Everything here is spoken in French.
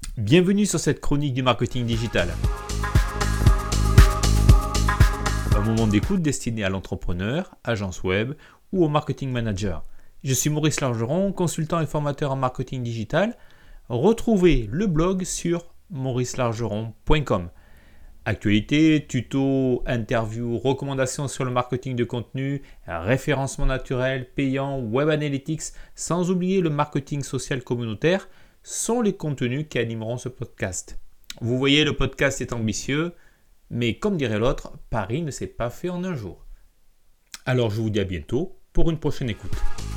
Bienvenue sur cette chronique du marketing digital. Un moment d'écoute destiné à l'entrepreneur, agence web ou au marketing manager. Je suis Maurice Largeron, consultant et formateur en marketing digital. Retrouvez le blog sur mauricelargeron.com. Actualités, tutos, interviews, recommandations sur le marketing de contenu, référencement naturel, payant, web analytics, sans oublier le marketing social communautaire, sont les contenus qui animeront ce podcast. Vous voyez, le podcast est ambitieux, mais comme dirait l'autre, Paris ne s'est pas fait en un jour. Alors je vous dis à bientôt pour une prochaine écoute.